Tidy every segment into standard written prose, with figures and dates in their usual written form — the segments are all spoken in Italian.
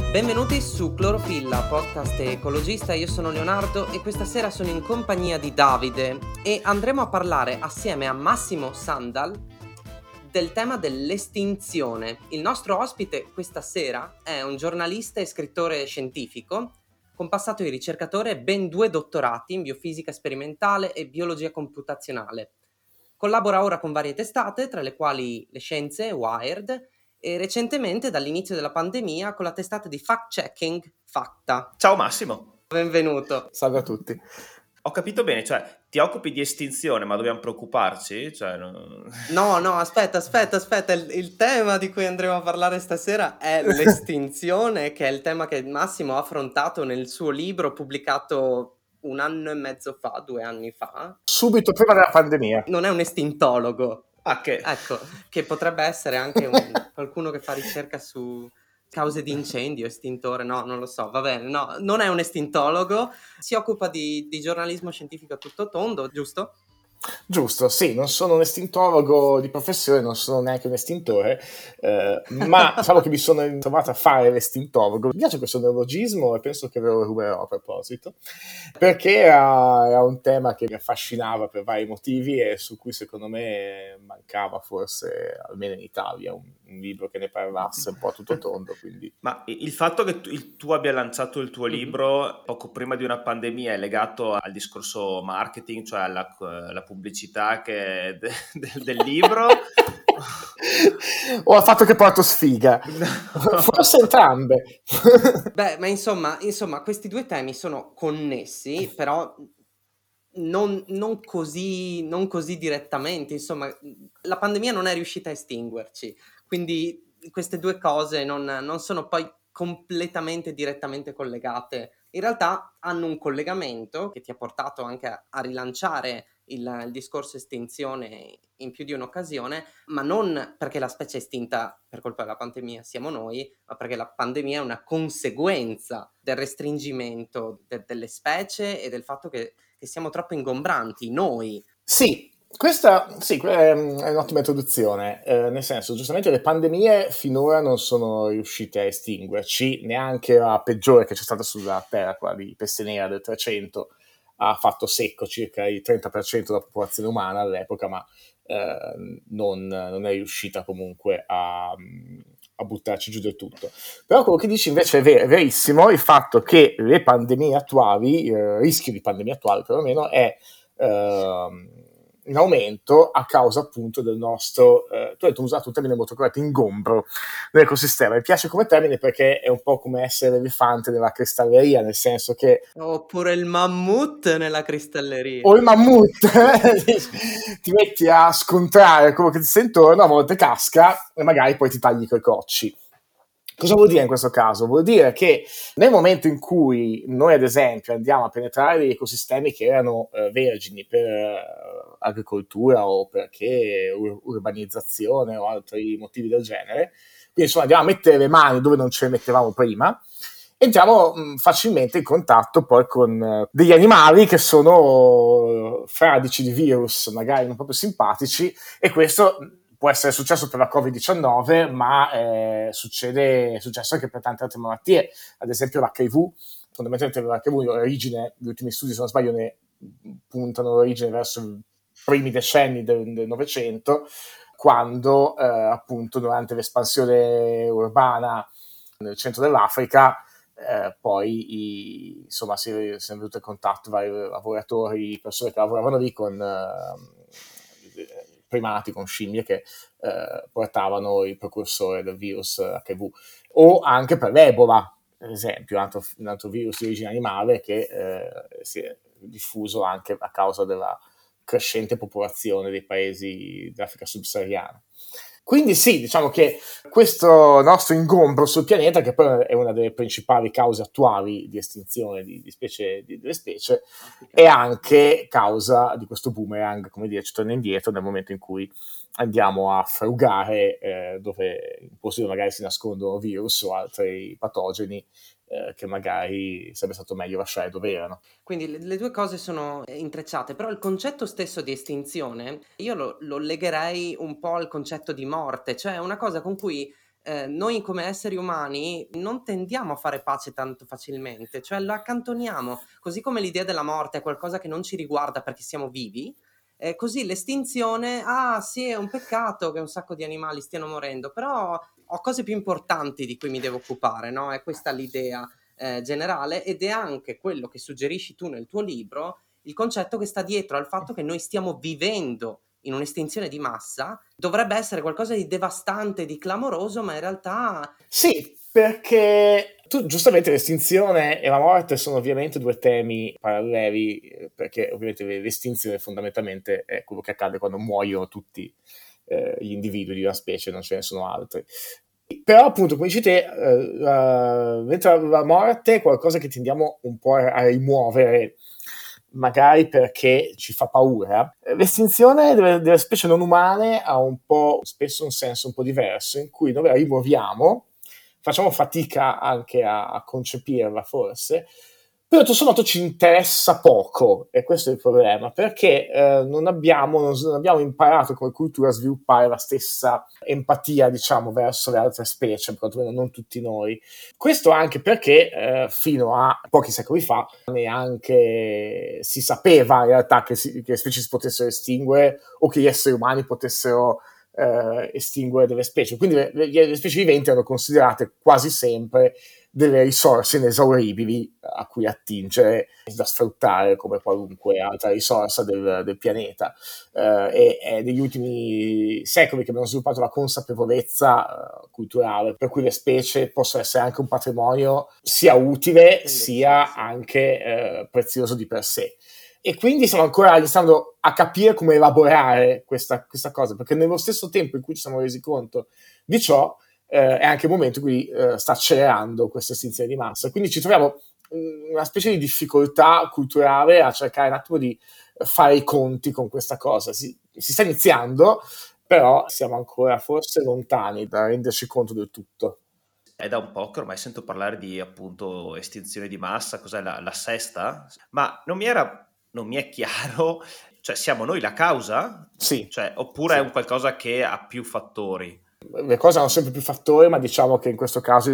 Benvenuti su Clorofilla, podcast ecologista. Io sono Leonardo e questa sera sono in compagnia di Davide e andremo a parlare assieme a Massimo Sandal del tema dell'estinzione. Il nostro ospite questa sera è un giornalista e scrittore scientifico con passato di ricercatore e ben 2 dottorati in biofisica sperimentale e biologia computazionale. Collabora ora con varie testate, tra le quali Le Scienze, Wired, e recentemente dall'inizio della pandemia con la testata di fact-checking Facta. Ciao Massimo. Benvenuto. Salve a tutti. Ho capito bene, cioè ti occupi di estinzione, ma dobbiamo preoccuparci? No, aspetta. Il tema di cui andremo a parlare stasera è l'estinzione, che è il tema che Massimo ha affrontato nel suo libro pubblicato 1 anno e mezzo fa, 2 anni fa. Subito prima della pandemia. Non è un estintologo. Che... Ecco, che potrebbe essere anche qualcuno che fa ricerca su cause di incendio, estintore, no, non lo so, va bene, no, non è un estintologo, si occupa di giornalismo scientifico a tutto tondo, giusto? Giusto, sì, non sono un estintologo di professione, non sono neanche un estintore, ma diciamo che mi sono trovato a fare l'estintologo. Mi piace questo neologismo e penso che ve lo ruberò a proposito, perché era un tema che mi affascinava per vari motivi e su cui secondo me mancava forse, almeno in Italia, un libro che ne parlasse un po' a tutto tondo. Quindi. Ma il fatto che tu abbia lanciato il tuo libro poco prima di una pandemia è legato al discorso marketing, cioè alla pubblicità del libro? O al fatto che porto sfiga? No. Forse entrambe. Beh, ma insomma, questi 2 temi sono connessi, però non così direttamente. Insomma, la pandemia non è riuscita a estinguerci, quindi queste 2 cose non sono poi completamente direttamente collegate. In realtà hanno un collegamento che ti ha portato anche a rilanciare il discorso estinzione in più di un'occasione, ma non perché la specie è estinta per colpa della pandemia siamo noi, ma perché la pandemia è una conseguenza del restringimento delle specie e del fatto che siamo troppo ingombranti, noi. Sì, questa è un'ottima introduzione, nel senso, giustamente le pandemie finora non sono riuscite a estinguerci, neanche la peggiore che c'è stata sulla Terra, quella di peste nera del 300, ha fatto secco circa il 30% della popolazione umana all'epoca, ma non è riuscita comunque a buttarci giù del tutto. Però quello che dici invece è verissimo, il fatto che le pandemie attuali, il rischio di pandemie attuali perlomeno, è in aumento a causa appunto del nostro, tu hai usato un termine molto corretto, ingombro nell'ecosistema. Mi piace come termine perché è un po' come essere l'elefante nella cristalleria, nel senso che... Oppure il mammut nella cristalleria. O il mammut, ti metti a scontrare quello che ti sta intorno, a volte casca e magari poi ti tagli coi cocci. Cosa vuol dire in questo caso? Vuol dire che nel momento in cui noi ad esempio andiamo a penetrare degli ecosistemi che erano vergini per agricoltura o perché urbanizzazione o altri motivi del genere, quindi insomma andiamo a mettere le mani dove non ce le mettevamo prima, entriamo facilmente in contatto poi con degli animali che sono fradici di virus, magari non proprio simpatici, e questo può essere successo per la Covid-19, ma è successo anche per tante altre malattie, ad esempio l'HIV. Fondamentalmente l'HIV, l'origine, gli ultimi studi se non sbaglio ne puntano l'origine verso i primi decenni del Novecento, quando appunto durante l'espansione urbana nel centro dell'Africa poi insomma si è venuto in contatto vari lavoratori, persone che lavoravano lì con primati, con scimmie che portavano il precursore del virus HIV, o anche per l'Ebola, ad esempio, un altro virus di origine animale che si è diffuso anche a causa della crescente popolazione dei paesi dell'Africa subsahariana. Quindi sì, diciamo che questo nostro ingombro sul pianeta, che poi è una delle principali cause attuali di estinzione delle specie, è anche causa di questo boomerang, come dire, ci torna indietro nel momento in cui andiamo a frugare dove in posti dove magari si nascondono virus o altri patogeni che magari sarebbe stato meglio lasciare dove erano. Quindi le 2 cose sono intrecciate, però il concetto stesso di estinzione io lo legherei un po' al concetto di morte, cioè una cosa con cui noi come esseri umani non tendiamo a fare pace tanto facilmente, cioè la accantoniamo, così come l'idea della morte è qualcosa che non ci riguarda perché siamo vivi, così l'estinzione, ah sì, è un peccato che un sacco di animali stiano morendo, però ho cose più importanti di cui mi devo occupare, no? È questa l'idea generale, ed è anche quello che suggerisci tu nel tuo libro, il concetto che sta dietro al fatto che noi stiamo vivendo in un'estinzione di massa. Dovrebbe essere qualcosa di devastante, di clamoroso, ma in realtà... Sì, perché tu giustamente l'estinzione e la morte sono ovviamente due temi paralleli, perché ovviamente l'estinzione fondamentalmente è quello che accade quando muoiono tutti gli individui di una specie, non ce ne sono altri. Però appunto, come dici te, mentre la morte è qualcosa che tendiamo un po' a rimuovere, magari perché ci fa paura. L'estinzione delle specie non umane ha un po', spesso un senso un po' diverso, in cui noi la rimuoviamo, facciamo fatica anche a concepirla forse, però tutto sommato ci interessa poco, e questo è il problema, perché non abbiamo imparato come cultura a sviluppare la stessa empatia, diciamo, verso le altre specie, quantomeno non tutti noi. Questo anche perché fino a pochi secoli fa neanche si sapeva in realtà che le specie si potessero estinguere o che gli esseri umani potessero estinguere delle specie. Quindi le specie viventi erano considerate quasi sempre delle risorse inesauribili a cui attingere, da sfruttare come qualunque altra risorsa del pianeta. È degli ultimi secoli che abbiamo sviluppato la consapevolezza culturale per cui le specie possono essere anche un patrimonio sia utile sia anche prezioso di per sé. E quindi stiamo ancora iniziando a capire come elaborare questa cosa, perché nello stesso tempo in cui ci siamo resi conto di ciò, è anche il momento in cui sta accelerando questa estinzione di massa. Quindi ci troviamo una specie di difficoltà culturale a cercare un attimo di fare i conti con questa cosa. Si sta iniziando, però siamo ancora forse lontani da renderci conto del tutto. È da un po' che ormai sento parlare di appunto estinzione di massa, cos'è la sesta? Ma non mi è chiaro, cioè siamo noi la causa? Sì. Cioè, oppure è un qualcosa che ha più fattori? Le cose hanno sempre più fattori, ma diciamo che in questo caso il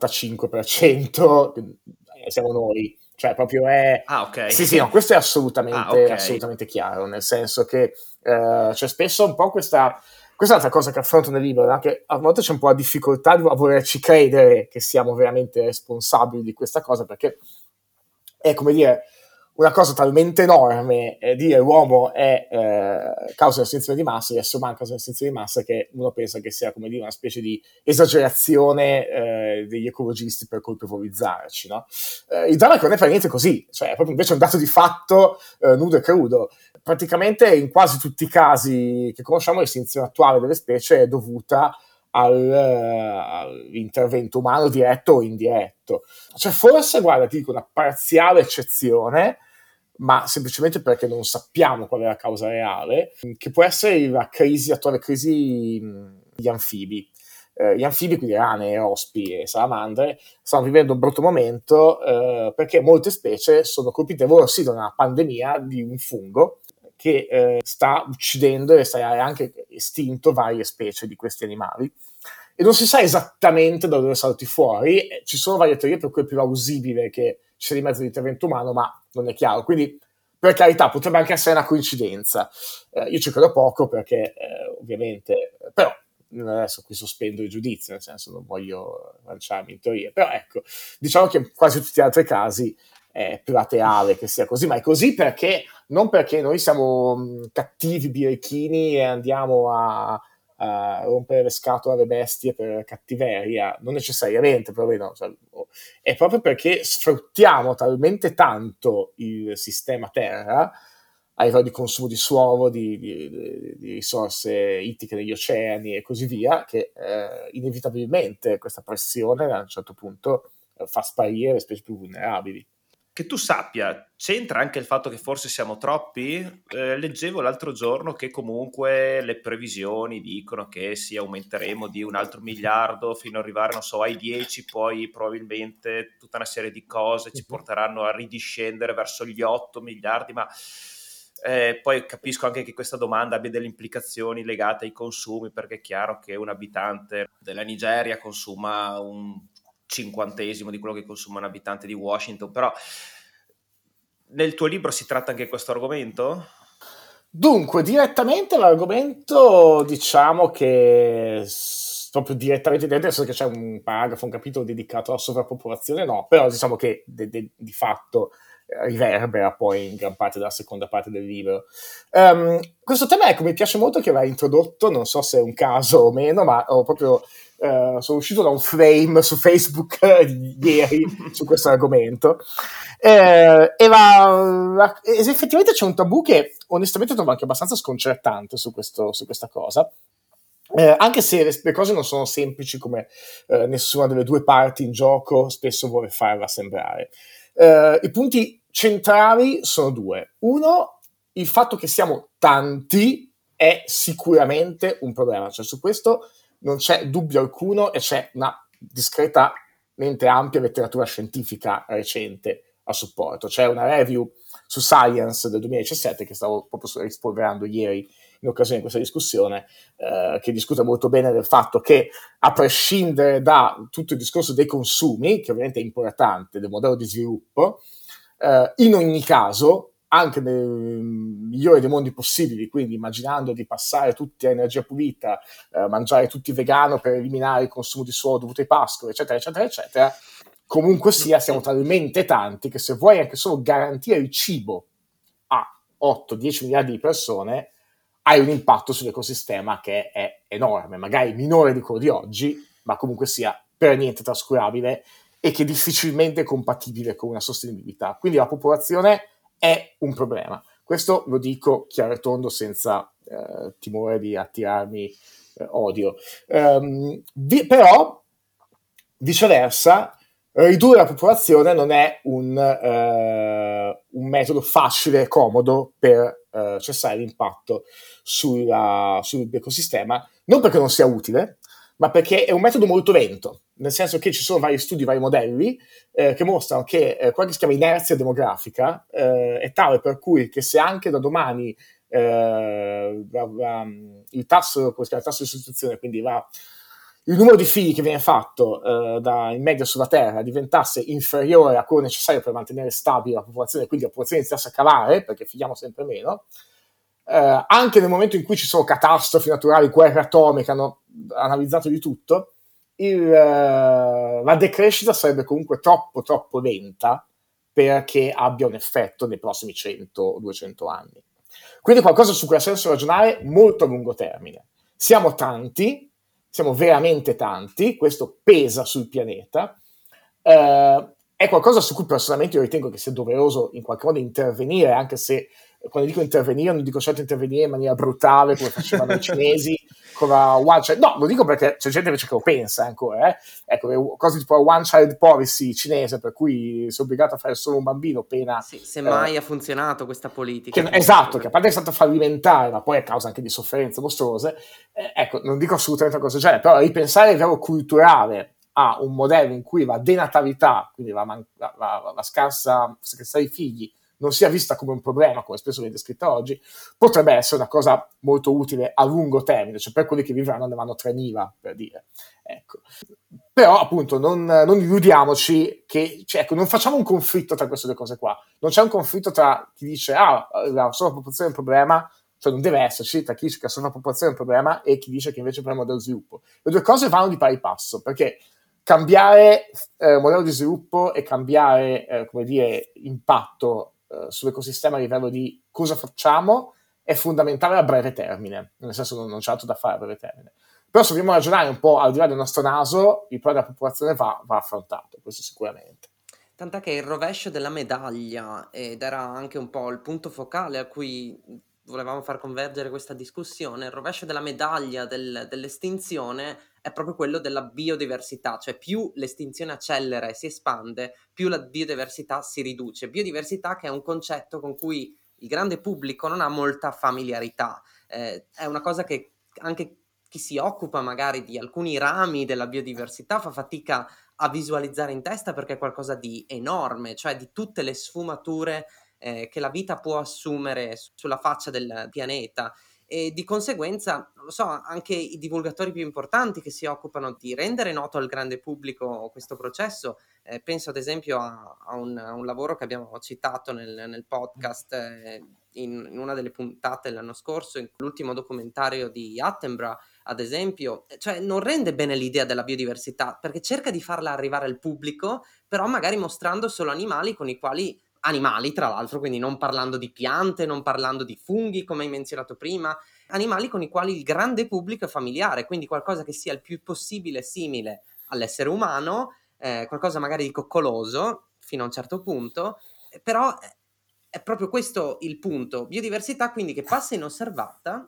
95% siamo noi. Cioè, proprio è... Ah, ok. Sì, no, questo è assolutamente, okay. assolutamente chiaro, nel senso che c'è spesso un po' questa è un'altra cosa che affronto nel libro, no? Che a volte c'è un po' la difficoltà di volerci credere che siamo veramente responsabili di questa cosa, perché è come dire una cosa talmente enorme, dire l'uomo è causa dell'estinzione di massa, gli esseri umani causa dell'estinzione di massa, che uno pensa che sia come dire una specie di esagerazione degli ecologisti per colpevolizzarci, no? Il dramma è che non è per niente così, cioè è proprio invece un dato di fatto nudo e crudo. Praticamente in quasi tutti i casi che conosciamo l'estinzione attuale delle specie è dovuta all'intervento umano diretto o indiretto. Cioè forse, guarda, ti dico una parziale eccezione, ma semplicemente perché non sappiamo qual è la causa reale, che può essere l'attuale crisi degli anfibi. Gli anfibi, quindi rane, ospi e salamandre, stanno vivendo un brutto momento perché molte specie sono colpite loro sì da una pandemia di un fungo che sta uccidendo e sta anche estinto varie specie di questi animali. E non si sa esattamente da dove salti fuori, ci sono varie teorie per cui è più plausibile che ci sia di mezzo l'intervento umano, ma non è chiaro. Quindi, per carità, potrebbe anche essere una coincidenza. Io ci credo poco perché, ovviamente, però adesso qui sospendo il giudizio, nel senso non voglio lanciarmi in teorie, però ecco, diciamo che in quasi tutti gli altri casi è plateale che sia così, ma è così perché non perché noi siamo cattivi birichini e andiamo a rompere le scatole alle bestie per cattiveria, non necessariamente, però no, cioè, è proprio perché sfruttiamo talmente tanto il sistema terra a livello di consumo di suolo, di risorse ittiche degli oceani e così via, che inevitabilmente questa pressione a un certo punto fa sparire le specie più vulnerabili. Che tu sappia, c'entra anche il fatto che forse siamo troppi? Leggevo l'altro giorno che comunque le previsioni dicono che aumenteremo di un altro miliardo fino ad arrivare, non so, ai 10, poi probabilmente tutta una serie di cose ci porteranno a ridiscendere verso gli 8 miliardi, ma Poi capisco anche che questa domanda abbia delle implicazioni legate ai consumi, perché è chiaro che un abitante della Nigeria consuma un 50° di quello che consuma un abitante di Washington, però nel tuo libro si tratta anche questo argomento? Dunque, direttamente l'argomento, diciamo che proprio direttamente dentro, nel senso che c'è un paragrafo, un capitolo dedicato alla sovrappopolazione, no, però diciamo che di fatto riverbera poi in gran parte della seconda parte del libro. Questo tema, ecco, mi piace molto che aveva introdotto, non so se è un caso o meno, ma ho proprio sono uscito da un frame su Facebook ieri su questo argomento. Effettivamente c'è un tabù che onestamente trovo anche abbastanza sconcertante su questa cosa. Anche se le cose non sono semplici come nessuna delle due parti in gioco spesso vuole farla sembrare. I punti centrali sono due. Uno, il fatto che siamo tanti è sicuramente un problema, cioè su questo non c'è dubbio alcuno e c'è una discretamente ampia letteratura scientifica recente a supporto. C'è una review su Science del 2017 che stavo proprio rispolverando ieri in occasione di questa discussione, che discute molto bene del fatto che, a prescindere da tutto il discorso dei consumi, che ovviamente è importante, del modello di sviluppo, in ogni caso, anche nel migliore dei mondi possibili, quindi immaginando di passare tutti a energia pulita, mangiare tutti vegano per eliminare il consumo di suolo dovuto ai pascoli, eccetera, eccetera, eccetera, comunque sia, siamo talmente tanti che se vuoi anche solo garantire il cibo a 8-10 miliardi di persone, hai un impatto sull'ecosistema che è enorme, magari minore di quello di oggi, ma comunque sia per niente trascurabile e che difficilmente è compatibile con una sostenibilità. Quindi la popolazione è un problema. Questo lo dico chiaro e tondo senza timore di attirarmi odio. Però, viceversa, ridurre la popolazione non è un metodo facile e comodo per cessare l'impatto sull'ecosistema, non perché non sia utile, ma perché è un metodo molto lento, nel senso che ci sono vari studi, vari modelli che mostrano che quella che si chiama inerzia demografica è tale per cui che se anche da domani il tasso di sostituzione, quindi il numero di figli che viene fatto in media sulla Terra diventasse inferiore a quello necessario per mantenere stabile la popolazione, quindi la popolazione iniziasse a calare, perché figliamo sempre meno, anche nel momento in cui ci sono catastrofi naturali, guerre atomiche, hanno analizzato di tutto, la decrescita sarebbe comunque troppo lenta perché abbia un effetto nei prossimi 100-200 anni. Quindi qualcosa su cui ha senso ragionare molto a lungo termine. Siamo tanti, siamo veramente tanti, questo pesa sul pianeta, è qualcosa su cui personalmente io ritengo che sia doveroso in qualche modo intervenire, anche se quando dico intervenire non dico certo intervenire in maniera brutale come facevano i cinesi con la one child, no, lo dico perché c'è gente invece che lo pensa ancora, ecco, cose tipo la one child policy cinese per cui sei obbligato a fare solo un bambino pena sì, se mai ha funzionato questa politica esatto, che a parte è stata fallimentare ma poi a causa anche di sofferenze mostruose, ecco, non dico assolutamente una cosa del genere, però ripensare a livello culturale a un modello in cui la denatalità, quindi la scarsa di figli, non sia vista come un problema, come spesso viene descritta oggi, potrebbe essere una cosa molto utile a lungo termine, cioè per quelli che vivranno ne vanno 3.000, per dire. Ecco. Però appunto non illudiamoci che, cioè, ecco, non facciamo un conflitto tra queste due cose qua, non c'è un conflitto tra chi dice la sovrapopolazione è un problema, cioè non deve esserci, tra chi dice che la sovrapopolazione è un problema e chi dice che invece è un problema dello sviluppo. Le due cose vanno di pari passo, perché cambiare modello di sviluppo e cambiare, come dire, impatto sull'ecosistema a livello di cosa facciamo è fondamentale a breve termine, nel senso non c'è altro da fare a breve termine. Però se vogliamo ragionare un po' al di là del nostro naso, il problema della popolazione va affrontato, questo sicuramente. Tant'è che il rovescio della medaglia, ed era anche un po' il punto focale a cui volevamo far convergere questa discussione, il rovescio della medaglia dell'estinzione è proprio quello della biodiversità, cioè più l'estinzione accelera e si espande, più la biodiversità si riduce. Biodiversità che è un concetto con cui il grande pubblico non ha molta familiarità, è una cosa che anche chi si occupa magari di alcuni rami della biodiversità fa fatica a visualizzare in testa perché è qualcosa di enorme, cioè di tutte le sfumature che la vita può assumere sulla faccia del pianeta. E di conseguenza, non lo so, anche i divulgatori più importanti che si occupano di rendere noto al grande pubblico questo processo, penso ad esempio a un lavoro che abbiamo citato nel podcast, in una delle puntate dell'anno scorso, in l'ultimo documentario di Attenborough, ad esempio, cioè non rende bene l'idea della biodiversità, perché cerca di farla arrivare al pubblico, però magari mostrando solo animali con i quali animali, tra l'altro, quindi non parlando di piante, non parlando di funghi, come hai menzionato prima, animali con i quali il grande pubblico è familiare, quindi qualcosa che sia il più possibile simile all'essere umano, qualcosa magari di coccoloso, fino a un certo punto, però è proprio questo il punto. Biodiversità quindi che passa inosservata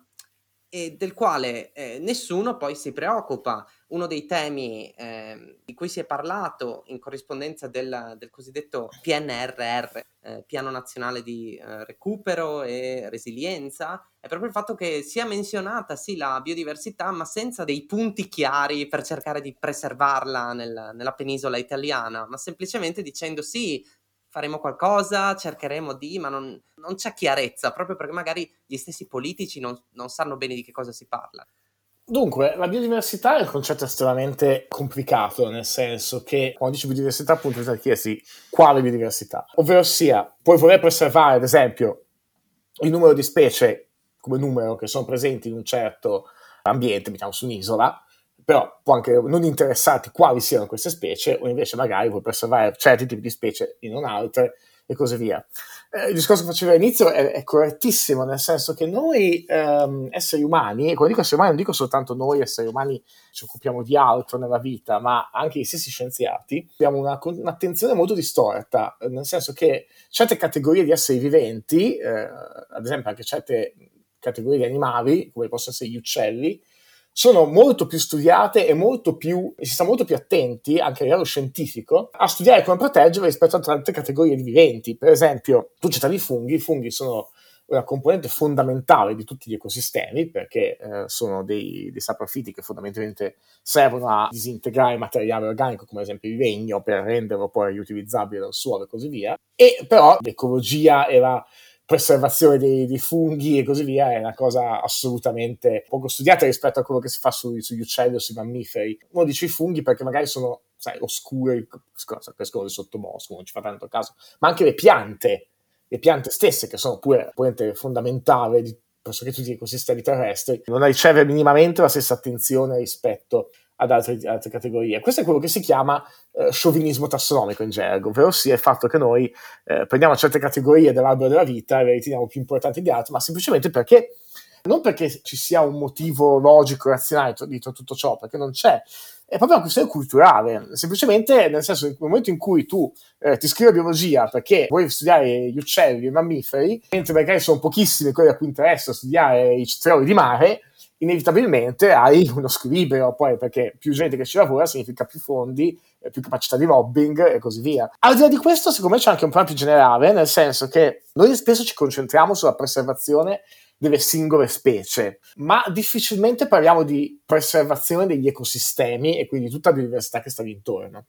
e del quale nessuno poi si preoccupa. Uno dei temi di cui si è parlato in corrispondenza del cosiddetto PNRR, Piano Nazionale di Recupero e Resilienza, è proprio il fatto che sia menzionata sì la biodiversità, ma senza dei punti chiari per cercare di preservarla nella penisola italiana, ma semplicemente dicendo sì, faremo qualcosa, cercheremo di, ma non c'è chiarezza, proprio perché magari gli stessi politici non sanno bene di che cosa si parla. Dunque, la biodiversità è un concetto estremamente complicato, nel senso che quando dici biodiversità appunto bisogna chiedersi quale biodiversità, ovvero sia, puoi voler preservare ad esempio il numero di specie come numero che sono presenti in un certo ambiente, mettiamo su un'isola, però può anche non interessarti quali siano queste specie, o invece magari vuoi preservare certi tipi di specie e non altre, e così via. Il discorso che facevo all'inizio è correttissimo, nel senso che noi esseri umani, e quando dico esseri umani non dico soltanto noi esseri umani ci occupiamo di altro nella vita, ma anche gli stessi scienziati, abbiamo un'attenzione molto distorta, nel senso che certe categorie di esseri viventi, ad esempio anche certe categorie di animali, come possono essere gli uccelli, sono molto più studiate e si sta molto più attenti, anche a livello scientifico, a studiare come proteggerle rispetto a altre categorie di viventi. Per esempio, tu citavi i funghi sono una componente fondamentale di tutti gli ecosistemi, perché sono dei saprofiti che fondamentalmente servono a disintegrare materiale organico, come ad esempio il legno, per renderlo poi riutilizzabile dal suolo e così via. E però l'ecologia e la preservazione dei funghi e così via è una cosa assolutamente poco studiata rispetto a quello che si fa sugli uccelli o sui mammiferi. Uno dice i funghi perché magari sono, sai, oscuri, crescono del sottobosco, non ci fa tanto caso, ma anche le piante stesse che sono pure fondamentale di pressoché tutti gli ecosistemi terrestri, non riceve minimamente la stessa attenzione rispetto ad altre categorie. Questo è quello che si chiama sciovinismo tassonomico in gergo, ovvero sia il fatto che noi prendiamo certe categorie dell'albero della vita e le riteniamo più importanti di altre, ma semplicemente perché, non perché ci sia un motivo logico, razionale dietro tutto ciò, perché non c'è, è proprio una questione culturale, semplicemente nel senso che nel momento in cui tu ti iscrivi a biologia perché vuoi studiare gli uccelli e i mammiferi, mentre magari sono pochissimi quelli a cui interessa studiare i cetrioli di mare, inevitabilmente hai uno squilibrio, poi perché più gente che ci lavora significa più fondi, più capacità di lobbying e così via. Al di là di questo, secondo me c'è anche un problema più generale, nel senso che noi spesso ci concentriamo sulla preservazione delle singole specie, ma difficilmente parliamo di preservazione degli ecosistemi e quindi tutta la biodiversità che sta lì intorno.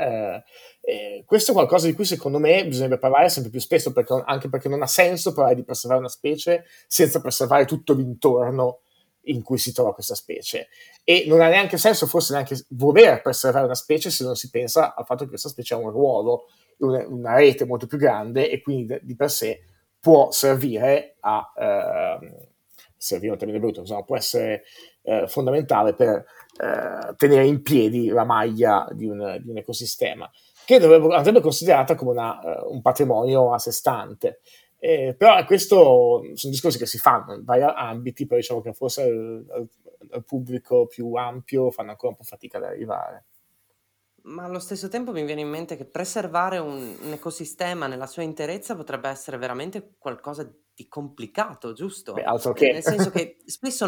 Questo è qualcosa di cui secondo me bisognerebbe parlare sempre più spesso, anche perché non ha senso parlare di preservare una specie senza preservare tutto l'intorno in cui si trova questa specie, e non ha neanche senso forse neanche voler preservare una specie se non si pensa al fatto che questa specie ha un ruolo, una rete molto più grande e quindi di per sé può servire servire un termine brutto, insomma, può essere fondamentale per tenere in piedi la maglia di un ecosistema, che andrebbe considerata come un patrimonio a sé stante. Però questo sono discorsi che si fanno in vari ambiti, però diciamo che forse al pubblico più ampio fanno ancora un po' fatica ad arrivare. Ma allo stesso tempo mi viene in mente che preservare un ecosistema nella sua interezza potrebbe essere veramente qualcosa di complicato, giusto? Beh, altro che. Nel senso che spesso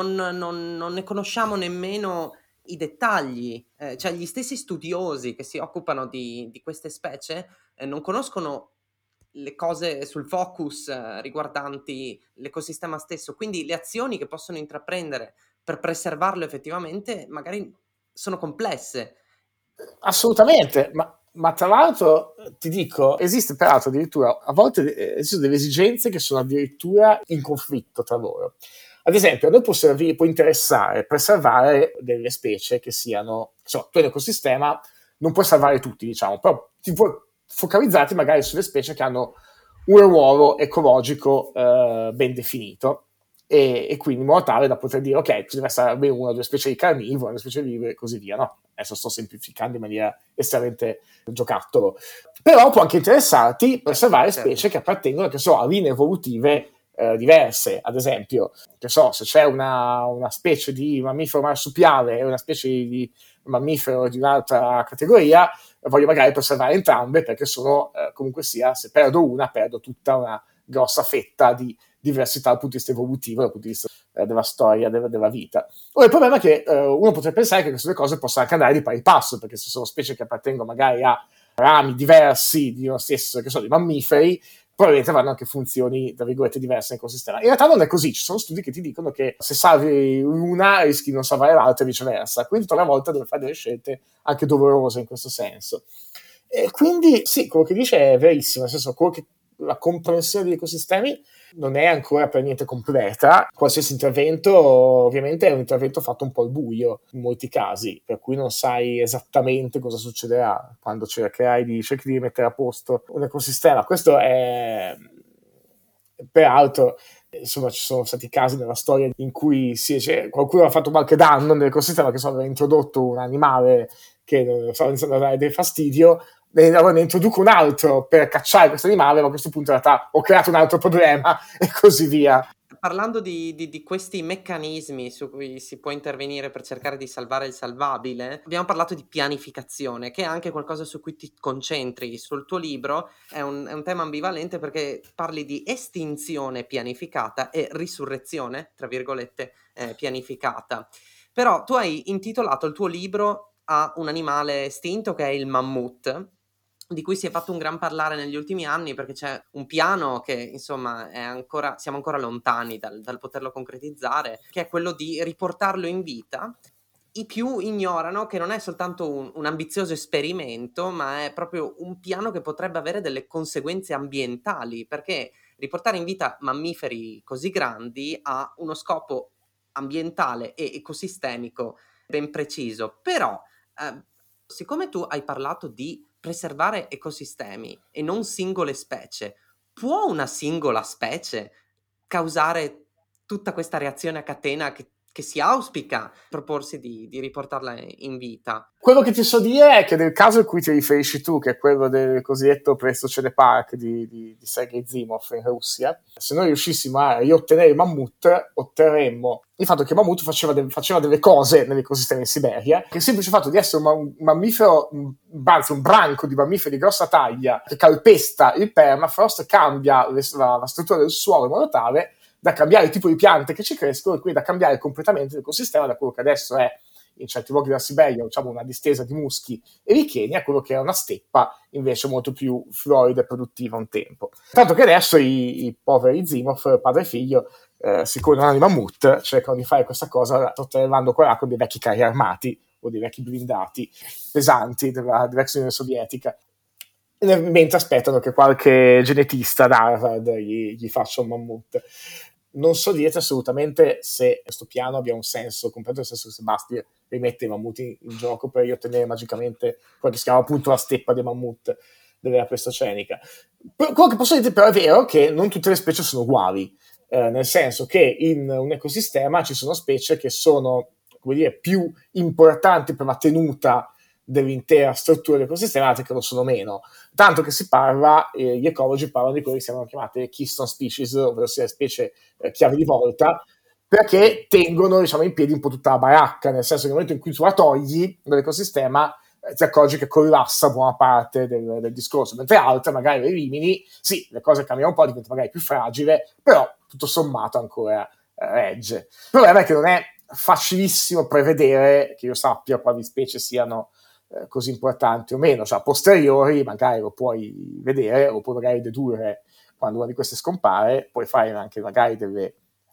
non ne conosciamo nemmeno i dettagli, cioè gli stessi studiosi che si occupano di queste specie non conoscono le cose sul focus riguardanti l'ecosistema stesso, quindi le azioni che possono intraprendere per preservarlo effettivamente magari sono complesse. Assolutamente, ma Ma tra l'altro ti dico, esiste peraltro addirittura, a volte esistono delle esigenze che sono addirittura in conflitto tra loro. Ad esempio, a noi può interessare preservare delle specie che siano, insomma, tu nell'ecosistema non puoi salvare tutti, diciamo, però ti puoi focalizzarti magari sulle specie che hanno un ruolo ecologico ben definito. E quindi in modo tale da poter dire ok, ci deve essere almeno una o due specie di carnivore, una specie di vivere e così via, no? Adesso sto semplificando in maniera estremamente giocattolo, però può anche interessarti preservare specie che appartengono, che so, a linee evolutive diverse. Ad esempio, che so, se c'è una specie di mammifero marsupiale e una specie di mammifero di un'altra categoria, voglio magari preservare entrambe perché sono comunque sia, se perdo una, perdo tutta una grossa fetta di diversità dal punto di vista evolutivo, dal punto di vista della storia, della vita. Ora, il problema è che uno potrebbe pensare che queste due cose possano anche andare di pari passo, perché se sono specie che appartengono magari a rami diversi di uno stesso, che sono dei mammiferi, probabilmente avranno anche funzioni, tra virgolette, diverse nell'ecosistema. In realtà non è così, ci sono studi che ti dicono che se salvi una rischi di non salvare l'altra e viceversa, quindi tutta la volta deve fare delle scelte anche doverose in questo senso. E quindi sì, quello che dice è verissimo, nel senso che la comprensione degli ecosistemi non è ancora per niente completa. Qualsiasi intervento ovviamente è un intervento fatto un po' al buio in molti casi, per cui non sai esattamente cosa succederà quando cerchi di mettere a posto un ecosistema. Questo è peraltro, insomma, ci sono stati casi nella storia in cui qualcuno ha fatto qualche danno nell'ecosistema, che aveva introdotto un animale che stava iniziando a dare del fastidio, ne introduco un altro per cacciare questo animale, ma a questo punto in realtà ho creato un altro problema e così via. Parlando di questi meccanismi su cui si può intervenire per cercare di salvare il salvabile, abbiamo parlato di pianificazione, che è anche qualcosa su cui ti concentri sul tuo libro. È un tema ambivalente perché parli di estinzione pianificata e risurrezione, tra virgolette, pianificata. Però tu hai intitolato il tuo libro a un animale estinto che è il mammut, di cui si è fatto un gran parlare negli ultimi anni perché c'è un piano che insomma siamo ancora lontani dal poterlo concretizzare, che è quello di riportarlo in vita. I più ignorano che non è soltanto un ambizioso esperimento, ma è proprio un piano che potrebbe avere delle conseguenze ambientali, perché riportare in vita mammiferi così grandi ha uno scopo ambientale e ecosistemico ben preciso. Però siccome tu hai parlato di preservare ecosistemi e non singole specie, può una singola specie causare tutta questa reazione a catena che si auspica proporsi di riportarla in vita? Quello che ti so dire è che nel caso in cui ti riferisci tu, che è quello del cosiddetto Pleistocene Park di Sergei Zimov in Russia, se noi riuscissimo a riottenere il mammut, otterremmo il fatto che il mammut faceva delle cose nell'ecosistema in Siberia, che il semplice fatto di essere un mammifero, anzi un branco di mammiferi di grossa taglia che calpesta il permafrost, cambia la struttura del suolo in modo tale da cambiare il tipo di piante che ci crescono e quindi da cambiare completamente l'ecosistema da quello che adesso è in certi luoghi della Siberia, diciamo una distesa di muschi e licheni, a quello che era una steppa invece molto più florida e produttiva un tempo. Tanto che adesso i poveri Zimov, padre e figlio, siccome non hanno i mammut, cercano di fare questa cosa sotterrando qua con dei vecchi carri armati o dei vecchi blindati pesanti dell'ex Unione Sovietica, mentre aspettano che qualche genetista d'Harvard gli faccia un mammut. Non so dirti assolutamente se questo piano abbia un senso completo, nel senso che se basti rimettere i mammut in gioco per ottenere magicamente quello che si chiama appunto la steppa dei mammut dell'era pleistocenica. Quello che posso dirti però è vero che non tutte le specie sono uguali, nel senso che in un ecosistema ci sono specie che sono, come dire, più importanti per la tenuta dell'intera struttura dell'ecosistema, altre che lo sono meno. Tanto che si parla, gli ecologi parlano di quelle che siano chiamate keystone species, ovvero sia specie chiave di volta, perché tengono, diciamo, in piedi un po' tutta la baracca, nel senso che nel momento in cui tu la togli dall'ecosistema ti accorgi che collassa buona parte del discorso, mentre altre magari le elimini, sì, le cose cambiano un po', diventa magari più fragile, però tutto sommato ancora regge. Il problema è che non è facilissimo prevedere, che io sappia, quali specie siano così importanti o meno, cioè a posteriori magari lo puoi vedere o puoi magari dedurre quando una di queste scompare, puoi fare anche magari delle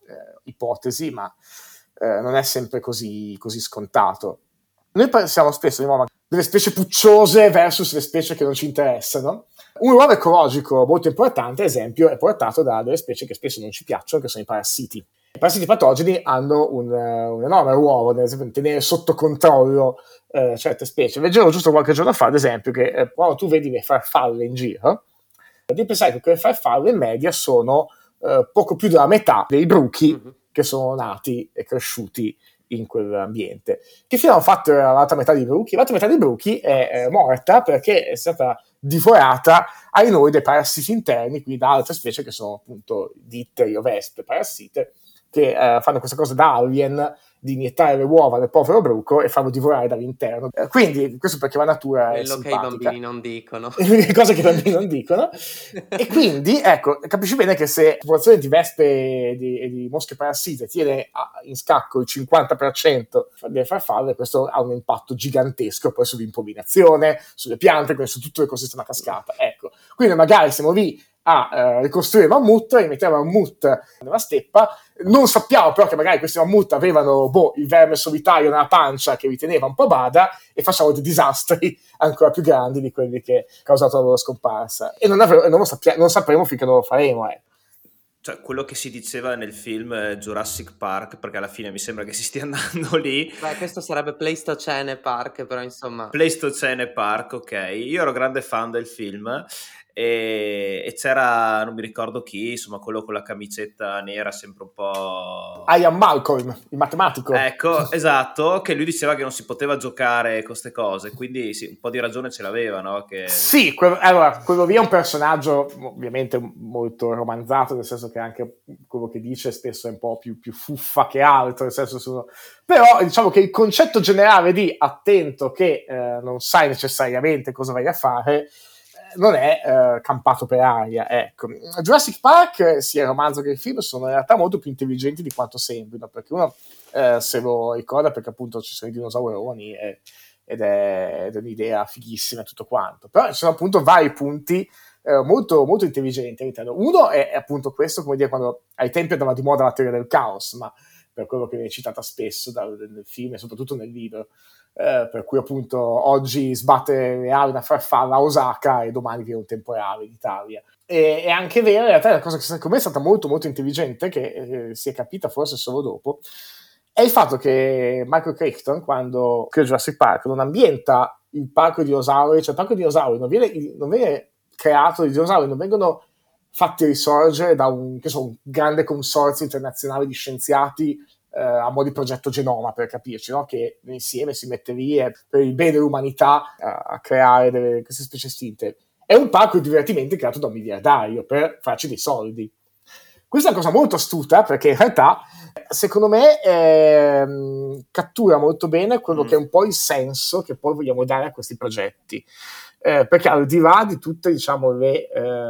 ipotesi, ma non è sempre così scontato. Noi pensiamo spesso di nuovo delle specie pucciose versus le specie che non ci interessano. Un ruolo ecologico molto importante, ad esempio, è portato da delle specie che spesso non ci piacciono, che sono i parassiti. I parassiti patogeni hanno un enorme ruolo, ad esempio, nel tenere sotto controllo certe specie. Leggevo giusto qualche giorno fa, ad esempio, che quando tu vedi le farfalle in giro, devi pensare che quelle farfalle in media sono poco più della metà dei bruchi che sono nati e cresciuti in quell'ambiente. Che fine hanno fatto l'altra metà dei bruchi? L'altra metà dei bruchi è morta perché è stata divorata ai noi dai parassiti interni, quindi da altre specie che sono appunto ditteri o vespe parassite, che fanno questa cosa da alien, di iniettare le uova del povero bruco e farlo divorare dall'interno. Quindi questo perché la natura è Quello che i simpatica. bambini non dicono. Cose che i bambini non dicono. E quindi, ecco, capisci bene che se la popolazione di vespe e di mosche parassite tiene in scacco il 50% delle farfalle, questo ha un impatto gigantesco poi sull'impollinazione, sulle piante, su tutto l'ecosistema a cascata. Ecco, quindi magari siamo lì a ricostruire mammut, rimettiamo mammut nella steppa, non sappiamo però che magari questi mammut avevano il verme solitario nella pancia che li teneva un po' bada, e facciamo dei disastri ancora più grandi di quelli che ha causato la loro scomparsa, e non sapremo finché non lo faremo. Cioè, quello che si diceva nel film Jurassic Park, perché alla fine mi sembra che si stia andando lì. Beh, questo sarebbe Pleistocene Park, però insomma... Pleistocene Park, ok. Io ero grande fan del film e c'era, non mi ricordo chi, insomma, quello con la camicetta nera, sempre un po'... Ian Malcolm, il matematico. Ecco, esatto, che lui diceva che non si poteva giocare con queste cose, quindi sì, un po' di ragione ce l'aveva, no? Sì, quello lì è un personaggio ovviamente molto romanzato, nel senso che anche quello che dice spesso è un po' più fuffa che altro, nel senso però diciamo che il concetto generale di attento che non sai necessariamente cosa vai a fare non è campato per aria. Ecco. Jurassic Park, sia il romanzo che il film, sono in realtà molto più intelligenti di quanto sembrino, perché uno se lo ricorda perché appunto ci sono i dinosauroni ed è un'idea fighissima e tutto quanto, però ci sono appunto vari punti molto, molto intelligenti all'interno. Uno è appunto questo, come dire, quando ai tempi andava di moda la teoria del caos, ma per quello che viene citata spesso nel film e soprattutto nel libro, per cui appunto oggi sbatte le ali una farfalla a Osaka e domani viene un temporale in Italia. È anche vero, in realtà è una cosa che secondo me è stata molto molto intelligente, che si è capita forse solo dopo, è il fatto che Michael Crichton, quando crea Jurassic Park, non ambienta il parco di dinosauri, cioè il parco di dinosauri non viene creato, i dinosauri non vengono fatti risorgere da un grande consorzio internazionale di scienziati a mo' di progetto Genoma, per capirci, no? Che insieme si mette lì per il bene dell'umanità a creare queste specie estinte. È un parco di divertimenti creato da un miliardario per farci dei soldi. Questa è una cosa molto astuta, perché in realtà secondo me cattura molto bene quello che è un po' il senso che poi vogliamo dare a questi progetti, perché al di là di tutte, diciamo, le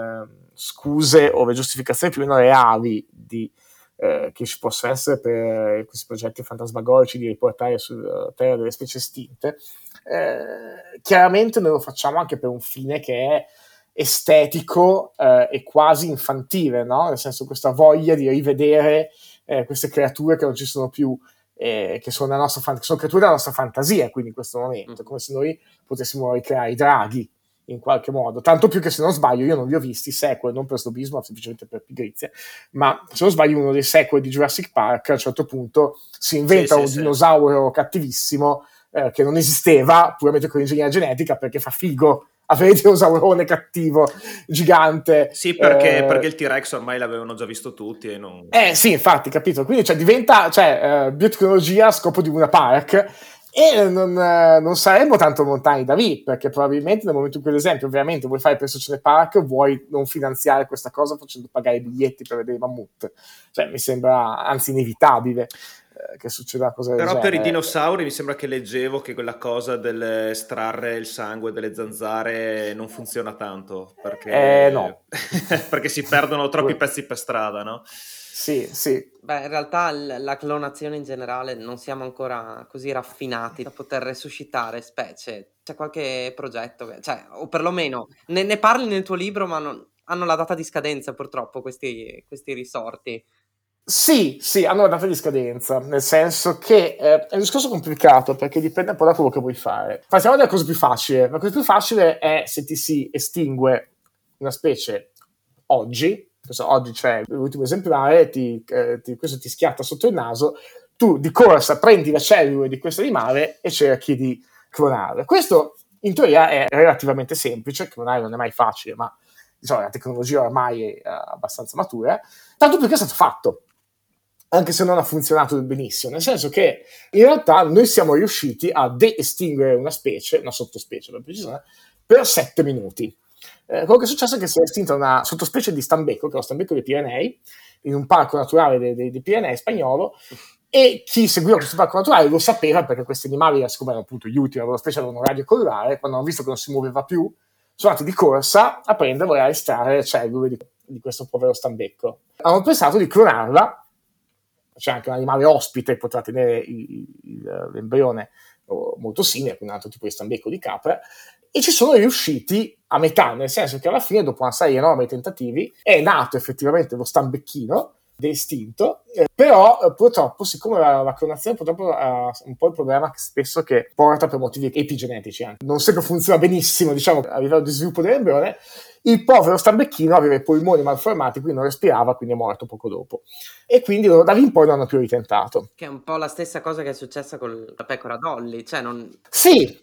scuse o le giustificazioni più o meno reali che ci possono essere per questi progetti fantasmagorici di riportare sulla terra delle specie estinte, chiaramente noi lo facciamo anche per un fine che è estetico e quasi infantile, no? Nel senso, questa voglia di rivedere queste creature che non ci sono più, che sono creature della nostra fantasia, quindi in questo momento, come se noi potessimo ricreare i draghi in qualche modo, tanto più che, se non sbaglio, io non li ho visti i sequel, non per snobismo, semplicemente per pigrizia, ma se non sbaglio uno dei sequel di Jurassic Park a un certo punto si inventa un dinosauro cattivissimo che non esisteva, puramente con l'ingegneria genetica, perché fa figo avere il dinosaurone cattivo gigante. Sì, perché il T-Rex ormai l'avevano già visto tutti e non... sì, infatti, capito, quindi diventa biotecnologia a scopo di Luna Park. E non saremmo tanto lontani da lì, perché probabilmente nel momento in cui, ad esempio, ovviamente vuoi fare Pleistocene Park, vuoi non finanziare questa cosa facendo pagare i biglietti per vedere i mammut. Mi sembra anzi inevitabile che succeda una cosa del genere. Però per i dinosauri mi sembra che leggevo che quella cosa dell'estrarre il sangue delle zanzare non funziona tanto, perché, no. perché si perdono troppi pezzi per strada, no? Sì. Beh, in realtà la clonazione in generale non siamo ancora così raffinati da poter resuscitare specie. C'è qualche progetto, o perlomeno ne parli nel tuo libro, ma hanno la data di scadenza purtroppo questi risorti. Sì, hanno una data di scadenza, nel senso che è un discorso complicato perché dipende un po' da quello che vuoi fare. Partiamo dalla cosa più facile. La cosa più facile è se ti si estingue una specie oggi, cioè l'ultimo esemplare, questo ti schiatta sotto il naso, tu di corsa prendi le cellule di questo animale e cerchi di clonarle. Questo in teoria è relativamente semplice, clonare non è mai facile, ma diciamo, la tecnologia ormai è abbastanza matura, tanto più che è stato fatto, anche se non ha funzionato benissimo, nel senso che in realtà noi siamo riusciti a de-estinguere una specie, una sottospecie per precisione, per 7 minuti. Quello che è successo è che si è estinta una sottospecie di stambecco, che è lo stambecco dei Pirenei, in un parco naturale dei Pirenei spagnolo, e chi seguiva questo parco naturale lo sapeva perché questi animali, siccome erano appunto gli ultimi, la specie avevano un radio collare, quando hanno visto che non si muoveva più, sono andati di corsa a prenderlo e a estrarre le cellule di questo povero stambecco. Hanno pensato di clonarla. C'è anche un animale ospite che potrà tenere l'embrione molto simile, un altro tipo di stambecco di capra, e ci sono riusciti a metà, nel senso che alla fine, dopo una serie enorme di tentativi, è nato effettivamente lo stambecchino estinto, però purtroppo, siccome la clonazione purtroppo ha un po' il problema che spesso che porta per motivi epigenetici anche, non sempre funziona benissimo, diciamo, a livello di sviluppo dell'embrione, il povero stambecchino aveva i polmoni malformati, quindi non respirava, quindi è morto poco dopo. E quindi da lì in poi non hanno più ritentato. Che è un po' la stessa cosa che è successa con la pecora Dolly, cioè Sì.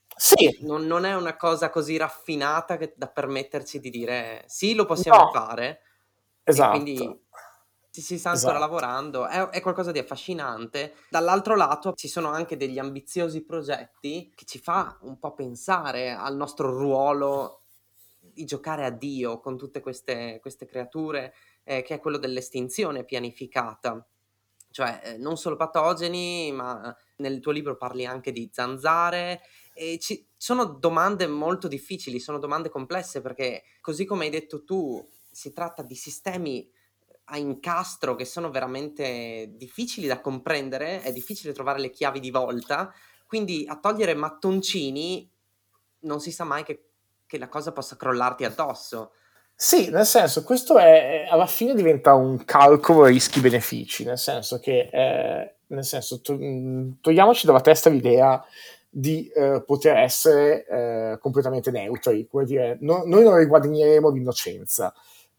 Non è una cosa così raffinata da permetterci di dire sì, lo possiamo fare. Esatto. E quindi si sta ancora lavorando, è qualcosa di affascinante. Dall'altro lato ci sono anche degli ambiziosi progetti che ci fa un po' pensare al nostro ruolo di giocare a Dio con tutte queste creature, che è quello dell'estinzione pianificata. Cioè, non solo patogeni, ma nel tuo libro parli anche di zanzare, e sono domande molto difficili, sono domande complesse, perché così come hai detto tu, si tratta di sistemi a incastro che sono veramente difficili da comprendere, è difficile trovare le chiavi di volta, quindi a togliere mattoncini non si sa mai che la cosa possa crollarti addosso. Sì, nel senso, questo alla fine diventa un calcolo rischi-benefici, nel senso che togliamoci dalla testa l'idea di poter essere completamente neutri, come dire, noi non riguadagneremo l'innocenza.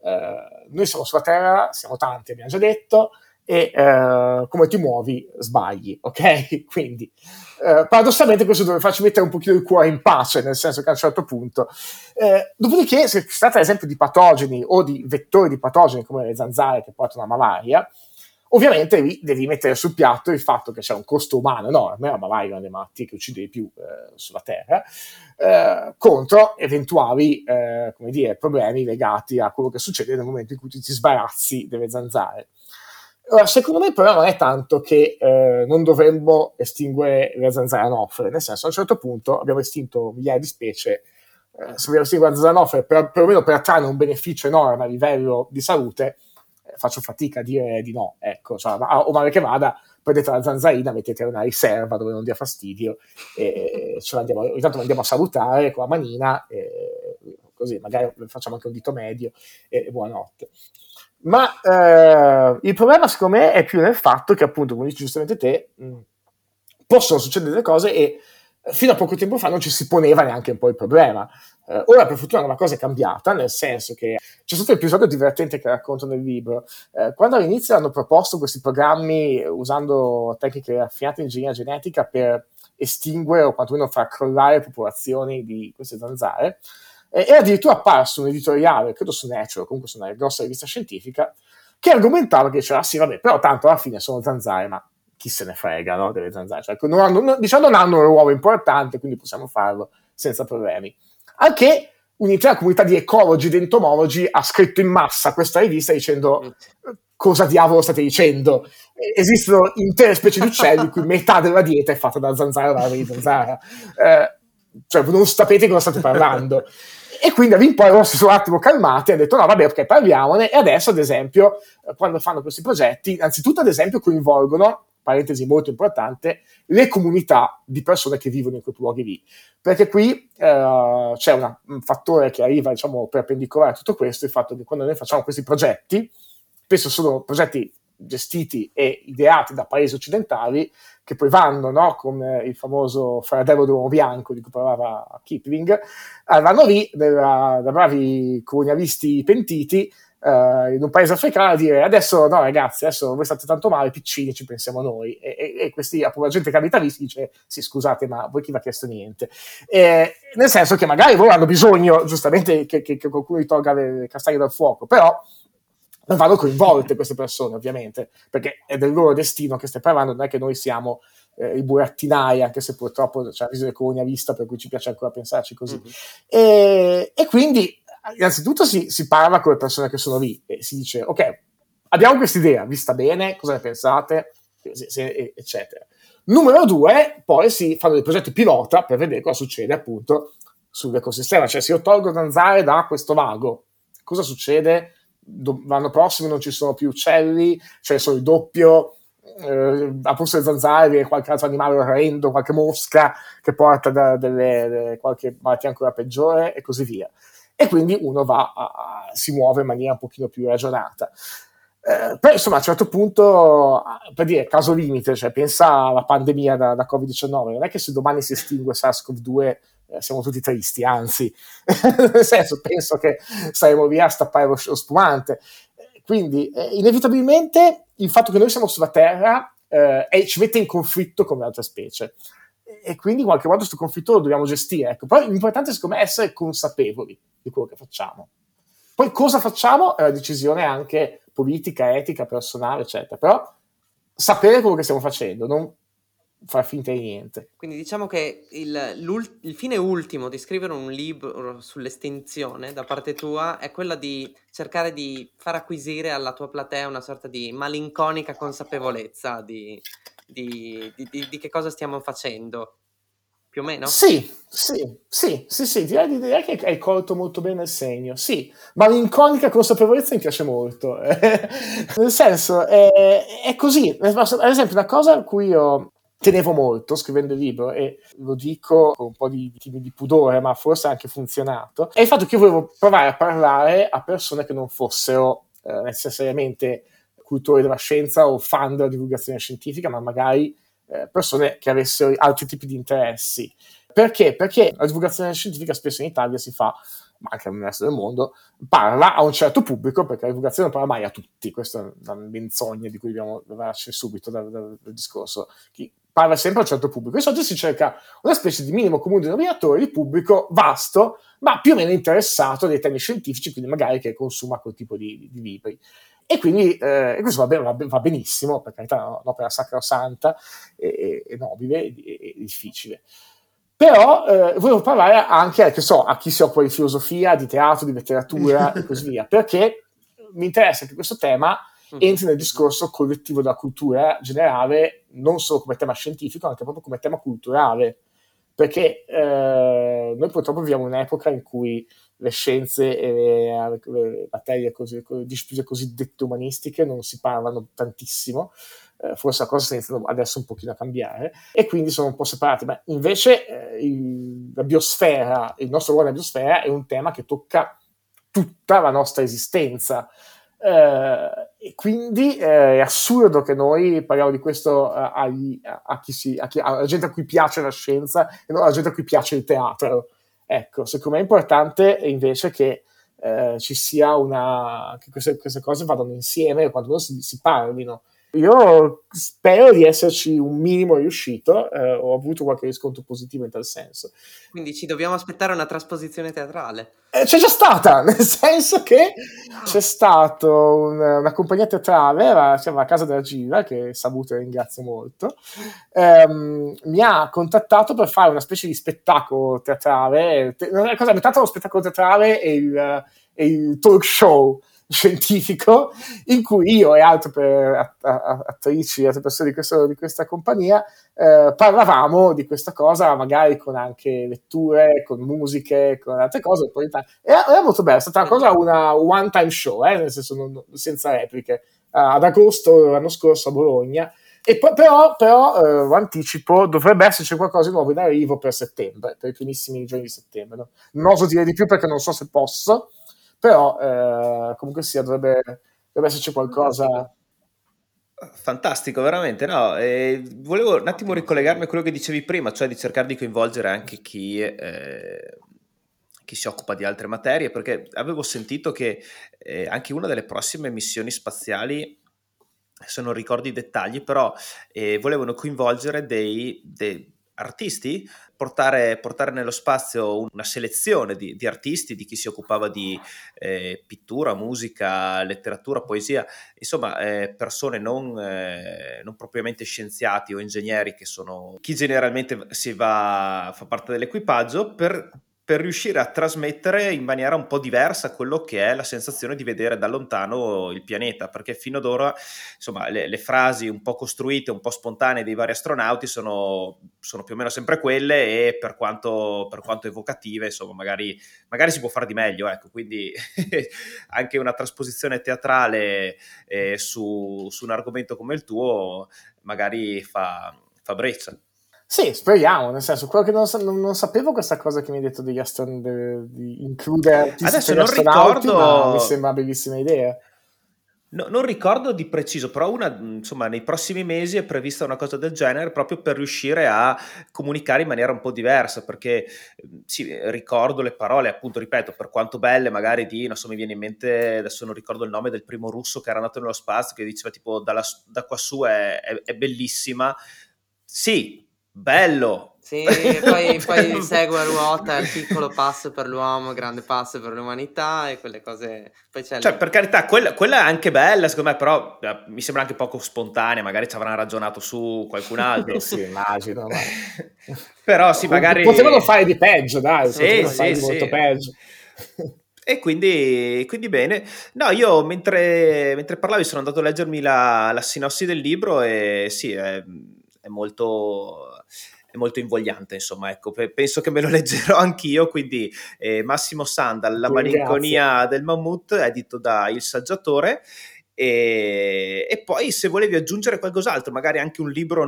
Noi siamo sulla Terra, siamo tanti, abbiamo già detto, e come ti muovi sbagli, ok? Quindi paradossalmente questo dovrebbe farci mettere un pochino il cuore in pace, nel senso che a un certo punto dopodiché, se si tratta ad esempio di patogeni o di vettori di patogeni come le zanzare che portano la malaria, ovviamente lì devi mettere sul piatto il fatto che c'è un costo umano enorme, la malaria è una delle malattie che uccide di più sulla Terra, contro eventuali come dire, problemi legati a quello che succede nel momento in cui ti sbarazzi delle zanzare. Ora, secondo me però non è tanto che non dovremmo estinguere le zanzare anofore, nel senso a un certo punto abbiamo estinto migliaia di specie, se vogliamo estinguere la zanzara anofore perlomeno per attrarre un beneficio enorme a livello di salute, faccio fatica a dire di no, ecco, cioè, o male che vada, prendete la zanzarina, mettete una riserva dove non dia fastidio e ogni tanto andiamo a salutare con la manina, così magari facciamo anche un dito medio e buonanotte. Ma il problema secondo me è più nel fatto che appunto, come dici giustamente te, possono succedere delle cose e fino a poco tempo fa non ci si poneva neanche un po' il problema. Ora per fortuna una cosa è cambiata, nel senso che c'è stato un episodio divertente che racconto nel libro. Quando all'inizio hanno proposto questi programmi usando tecniche raffinate di ingegneria genetica per estinguere o quantomeno far crollare popolazioni di queste zanzare, è addirittura apparso un editoriale, credo su Nature, comunque su una grossa rivista scientifica, che argomentava che diceva, sì vabbè, però tanto alla fine sono zanzare, ma chi se ne frega, no, delle zanzare, cioè, non hanno un ruolo importante, quindi possiamo farlo senza problemi. Anche un'intera comunità di ecologi ed entomologi ha scritto in massa questa rivista dicendo cosa diavolo state dicendo? Esistono intere specie di uccelli in cui metà della dieta è fatta da zanzara o larve di zanzara. Cioè, non sapete cosa state parlando. E quindi lì poi loro si sono un attimo calmati e hanno detto no vabbè, ok, parliamone. E adesso ad esempio quando fanno questi progetti, innanzitutto ad esempio coinvolgono, parentesi molto importante, le comunità di persone che vivono in quei luoghi lì, perché qui c'è un fattore che arriva, diciamo, perpendicolare a tutto questo, il fatto che quando noi facciamo questi progetti, spesso sono progetti gestiti e ideati da paesi occidentali, che poi vanno, no, come il famoso Fratello d'uomo bianco di cui parlava Kipling, vanno lì da bravi colonialisti pentiti in un paese africano a dire adesso no ragazzi, adesso voi state tanto male, piccini, ci pensiamo noi, e questi appunto la gente che abita lì si dice sì scusate ma voi chi vi ha chiesto niente, nel senso che magari loro hanno bisogno giustamente che qualcuno gli tolga le castagne dal fuoco, però non vanno coinvolte queste persone ovviamente, perché è del loro destino che stai parlando, non è che noi siamo i burattinai, anche se purtroppo c'è la visione colonialista per cui ci piace ancora pensarci così. E quindi innanzitutto si parla con le persone che sono lì e si dice ok, abbiamo questa idea, vi sta bene, cosa ne pensate, eccetera. Numero 2, poi si fanno dei progetti pilota per vedere cosa succede appunto sull'ecosistema, cioè se io tolgo zanzare da questo lago, cosa succede? L'anno prossimo non ci sono più uccelli, cioè sono il doppio, a posto delle zanzare viene qualche altro animale orrendo, qualche mosca che porta qualche malattia ancora peggiore e così via. E quindi uno si muove in maniera un pochino più ragionata. Però insomma a un certo punto, per dire caso limite, cioè pensa alla pandemia da Covid-19, non è che se domani si estingue SARS-CoV-2 siamo tutti tristi, anzi nel senso penso che saremo via a stappare lo spumante, quindi inevitabilmente il fatto che noi siamo sulla Terra ci mette in conflitto con le altre specie e quindi in qualche modo questo conflitto lo dobbiamo gestire, ecco. Poi l'importante secondo me è essere consapevoli di quello che facciamo, poi cosa facciamo è una decisione anche politica, etica, personale eccetera, però sapere quello che stiamo facendo, non far finta di niente. Quindi diciamo che il fine ultimo di scrivere un libro sull'estinzione da parte tua è quella di cercare di far acquisire alla tua platea una sorta di malinconica consapevolezza di che cosa stiamo facendo, più o meno? Sì, direi che hai colto molto bene il segno, sì, malinconica consapevolezza mi piace molto, nel senso, è così, ad esempio una cosa a cui io tenevo molto scrivendo il libro, e lo dico con un po' di pudore, ma forse ha anche funzionato, è il fatto che io volevo provare a parlare a persone che non fossero necessariamente cultori della scienza o fan della divulgazione scientifica, ma magari persone che avessero altri tipi di interessi. Perché? Perché la divulgazione scientifica spesso in Italia si fa, ma anche nel resto del mondo, parla a un certo pubblico, perché la divulgazione non parla mai a tutti, questa è una menzogna di cui dobbiamo levarci subito dal discorso. Chi parla sempre a un certo pubblico. Di solito si cerca una specie di minimo comune denominatore di pubblico vasto, ma più o meno interessato dai temi scientifici, quindi magari che consuma quel tipo di libri. E quindi questo va benissimo, per carità, è un'opera sacrosanta e nobile e difficile. Però volevo parlare anche a chi si occupa di filosofia, di teatro, di letteratura e così via, perché mi interessa che questo tema entri nel discorso collettivo della cultura generale, non solo come tema scientifico, ma anche proprio come tema culturale, perché noi purtroppo viviamo un'epoca in cui le scienze e le materie discipline cosiddette umanistiche non si parlano tantissimo, forse la cosa sta iniziando adesso un pochino a cambiare, e quindi sono un po' separati, ma invece la biosfera, il nostro ruolo nella biosfera è un tema che tocca tutta la nostra esistenza, e quindi è assurdo che noi parliamo di questo alla gente a cui piace la scienza e non alla gente a cui piace il teatro. Ecco, secondo me è importante invece che ci sia che queste cose vadano insieme, quando si parlino. Io spero di esserci un minimo riuscito, ho avuto qualche riscontro positivo in tal senso. Quindi ci dobbiamo aspettare una trasposizione teatrale? C'è già stata, nel senso che c'è stata una compagnia teatrale, si chiama Casa della Gira, che saluto e ringrazio molto, mi ha contattato per fare una specie di spettacolo teatrale, metà tra lo spettacolo teatrale e il talk show scientifico, in cui io e altre attrici, altre persone di questa compagnia parlavamo di questa cosa, magari con anche letture, con musiche, con altre cose. Era molto bello, è stata una one time show, nel senso senza repliche, ad agosto l'anno scorso a Bologna. E però anticipo, dovrebbe esserci qualcosa di nuovo in arrivo per settembre, per i primissimi giorni di settembre, no? Non oso dire di più perché non so se posso, però comunque sia dovrebbe esserci qualcosa. Fantastico, veramente, no, volevo un attimo ricollegarmi a quello che dicevi prima, cioè di cercare di coinvolgere anche chi si occupa di altre materie, perché avevo sentito che anche una delle prossime missioni spaziali, se non ricordo i dettagli, però volevano coinvolgere dei artisti, portare nello spazio una selezione di artisti, di chi si occupava di pittura, musica, letteratura, poesia, insomma persone non propriamente scienziati o ingegneri, che sono chi generalmente fa parte dell'equipaggio, per riuscire a trasmettere in maniera un po' diversa quello che è la sensazione di vedere da lontano il pianeta, perché fino ad ora, insomma, le frasi un po' costruite, un po' spontanee dei vari astronauti sono più o meno sempre quelle, e per quanto evocative, insomma, magari si può fare di meglio, ecco, quindi anche una trasposizione teatrale su un argomento come il tuo magari fa breccia. Sì, speriamo, nel senso, quello che non sapevo, questa cosa che mi hai detto di includere artisti Adesso per gli non astronauti, ma mi ricordo. sembra una bellissima idea. No, non ricordo di preciso, però insomma, nei prossimi mesi è prevista una cosa del genere, proprio per riuscire a comunicare in maniera un po' diversa, perché sì, ricordo le parole, appunto, ripeto, per quanto belle, magari non so, mi viene in mente, adesso non ricordo il nome del primo russo che era andato nello spazio, che diceva tipo da quassù è bellissima. Sì, bello. Sì, poi segue a ruota il piccolo passo per l'uomo, grande passo per l'umanità e quelle cose. Poi c'è Cioè, per carità, quella è anche bella, secondo me, però mi sembra anche poco spontanea, magari ci avranno ragionato su qualcun altro. Sì, immagino. Ma... Però sì, magari... Potevano fare di peggio, dai, Sì, potevano sì, fare di sì. molto peggio. E quindi bene. No, io mentre parlavi sono andato a leggermi la sinossi del libro, e sì, è molto invogliante, insomma, ecco, penso che me lo leggerò anch'io, quindi Massimo Sandal, La Ti ringrazio. malinconia del mammut, edito da Il Saggiatore. E poi, se volevi aggiungere qualcos'altro, magari anche un libro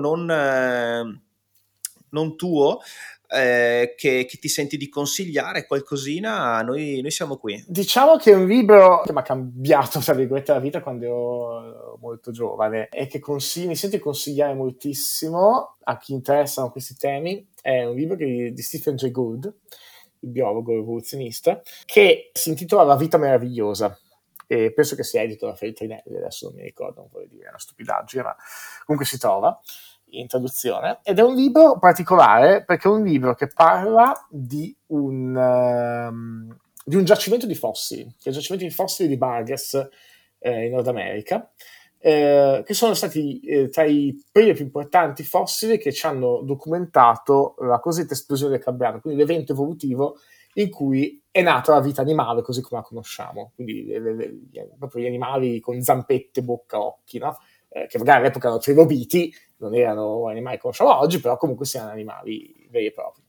non tuo, che ti senti di consigliare, qualcosina, noi siamo qui. Diciamo che è un libro che mi ha cambiato, tra virgolette, la vita quando ero molto giovane, e che mi sento di consigliare moltissimo a chi interessano questi temi. È un libro di Stephen Jay Gould, il biologo evoluzionista, che si intitola La vita meravigliosa. E penso che sia edito da Feltrinelli, adesso non mi ricordo, non voglio dire una stupidaggine, ma comunque si trova in traduzione, ed è un libro particolare perché è un libro che parla di un giacimento di fossili, che è il giacimento di fossili di Vargas in Nord America, che sono stati tra i primi e più importanti fossili che ci hanno documentato la cosiddetta esplosione del Cambriano, quindi l'evento evolutivo in cui è nata la vita animale così come la conosciamo, quindi proprio gli animali con zampette, bocca, occhi, no? Che magari all'epoca erano trilobiti, non erano animali che conosciamo oggi, però comunque siano animali veri e propri.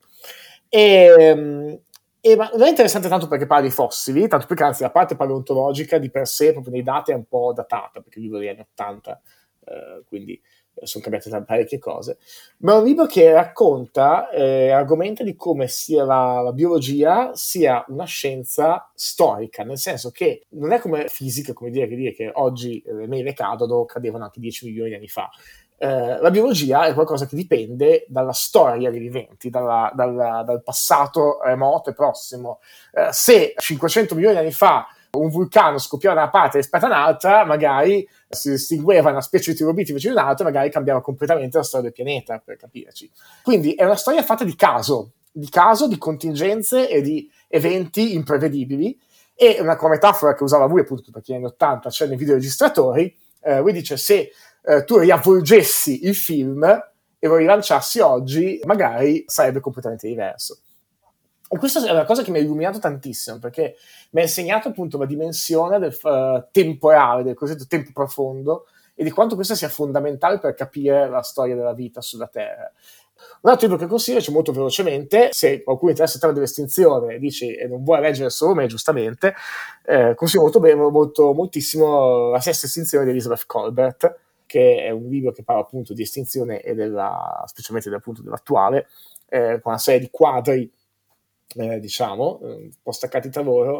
Ma non è interessante tanto perché parla di fossili, tanto più che anzi la parte paleontologica di per sé, proprio nei dati, è un po' datata, perché vivo negli anni 80, quindi sono cambiate parecchie cose, ma è un libro che racconta, argomenta di come sia la biologia sia una scienza storica, nel senso che non è come fisica, come dire che oggi le mele cadevano anche 10 milioni di anni fa. La biologia è qualcosa che dipende dalla storia dei viventi, dal passato remoto e prossimo. Se 500 milioni di anni fa un vulcano scoppiava da una parte rispetto a un'altra, magari si distingueva una specie di trilobiti invece di un'altra, magari cambiava completamente la storia del pianeta, per capirci. Quindi è una storia fatta di caso, di contingenze e di eventi imprevedibili, e come metafora che usava lui appunto perché negli anni 80 c'erano i videoregistratori, lui dice se tu riavvolgessi il film e lo rilanciassi oggi, magari sarebbe completamente diverso. E questa è una cosa che mi ha illuminato tantissimo, perché mi ha insegnato appunto la dimensione del temporale, del cosiddetto tempo profondo, e di quanto questo sia fondamentale per capire la storia della vita sulla Terra. Un altro libro che consiglio, cioè molto velocemente, se qualcuno interessa il tema dell'estinzione e non vuole leggere solo me, giustamente, consiglio moltissimo La sesta estinzione di Elizabeth Colbert, che è un libro che parla appunto di estinzione e specialmente appunto dell'attuale, con una serie di quadri, diciamo, un po' staccati tra loro,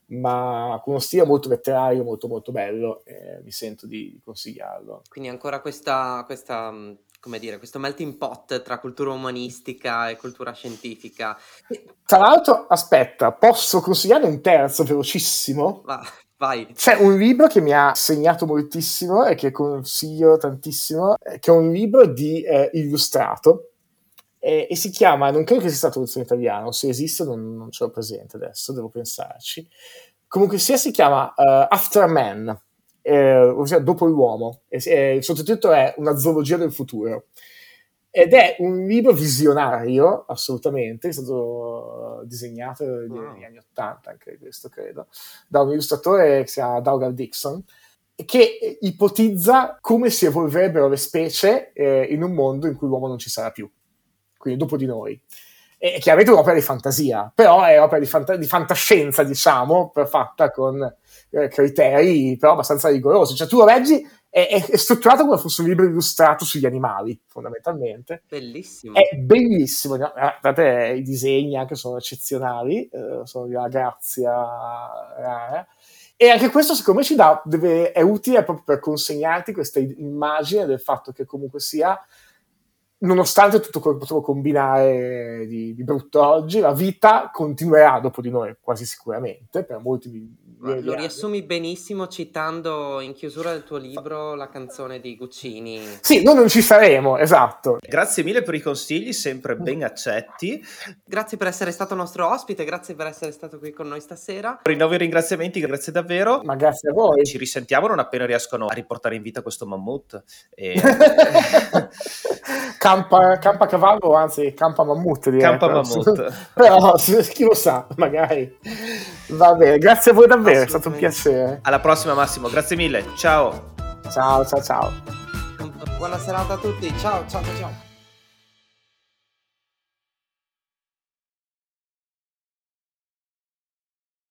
ma con uno stile molto letterario, molto molto bello, mi sento di consigliarlo. Quindi ancora questa come dire, questo melting pot tra cultura umanistica e cultura scientifica. Tra l'altro, aspetta, posso consigliare un terzo velocissimo? Vai. C'è un libro che mi ha segnato moltissimo e che consiglio tantissimo, che è un libro di illustrato, e si chiama, non credo che sia stato traduzione in italiano, se esiste non ce l'ho presente adesso, devo pensarci. Comunque sia, si chiama After Man, ossia dopo l'uomo. Il sottotitolo è Una zoologia del futuro. Ed è un libro visionario, assolutamente, è stato disegnato negli anni '80, anche questo credo, da un illustratore che si chiama Dougal Dixon, che ipotizza come si evolverebbero le specie in un mondo in cui l'uomo non ci sarà più, quindi dopo di noi. È chiaramente un'opera di fantasia, però è un'opera di fantascienza, diciamo, fatta con criteri però abbastanza rigorosi. Cioè tu lo leggi, è strutturato come fosse un libro illustrato sugli animali, fondamentalmente. Bellissimo. È bellissimo. Guardate, i disegni anche sono eccezionali, sono di una grazia rara. E anche questo, secondo me, è utile proprio per consegnarti questa immagine del fatto che comunque sia, nonostante tutto quello che potevo combinare di brutto oggi, la vita continuerà dopo di noi, quasi sicuramente, per molti lo riassumi benissimo citando in chiusura del tuo libro la canzone di Guccini. Sì, noi non ci saremo, esatto. Grazie mille per i consigli, sempre ben accetti. Grazie per essere stato nostro ospite, grazie per essere stato qui con noi stasera. Rinnovo i ringraziamenti, grazie davvero. Ma grazie a voi. Ci risentiamo non appena riescono a riportare in vita questo mammut. Campa cavallo, anzi campa mammut, direi. Campa mammut. Però chi lo sa, magari. Va bene, grazie a voi davvero, è stato un piacere. Alla prossima Massimo, grazie mille, ciao. Ciao. Buona serata a tutti, ciao.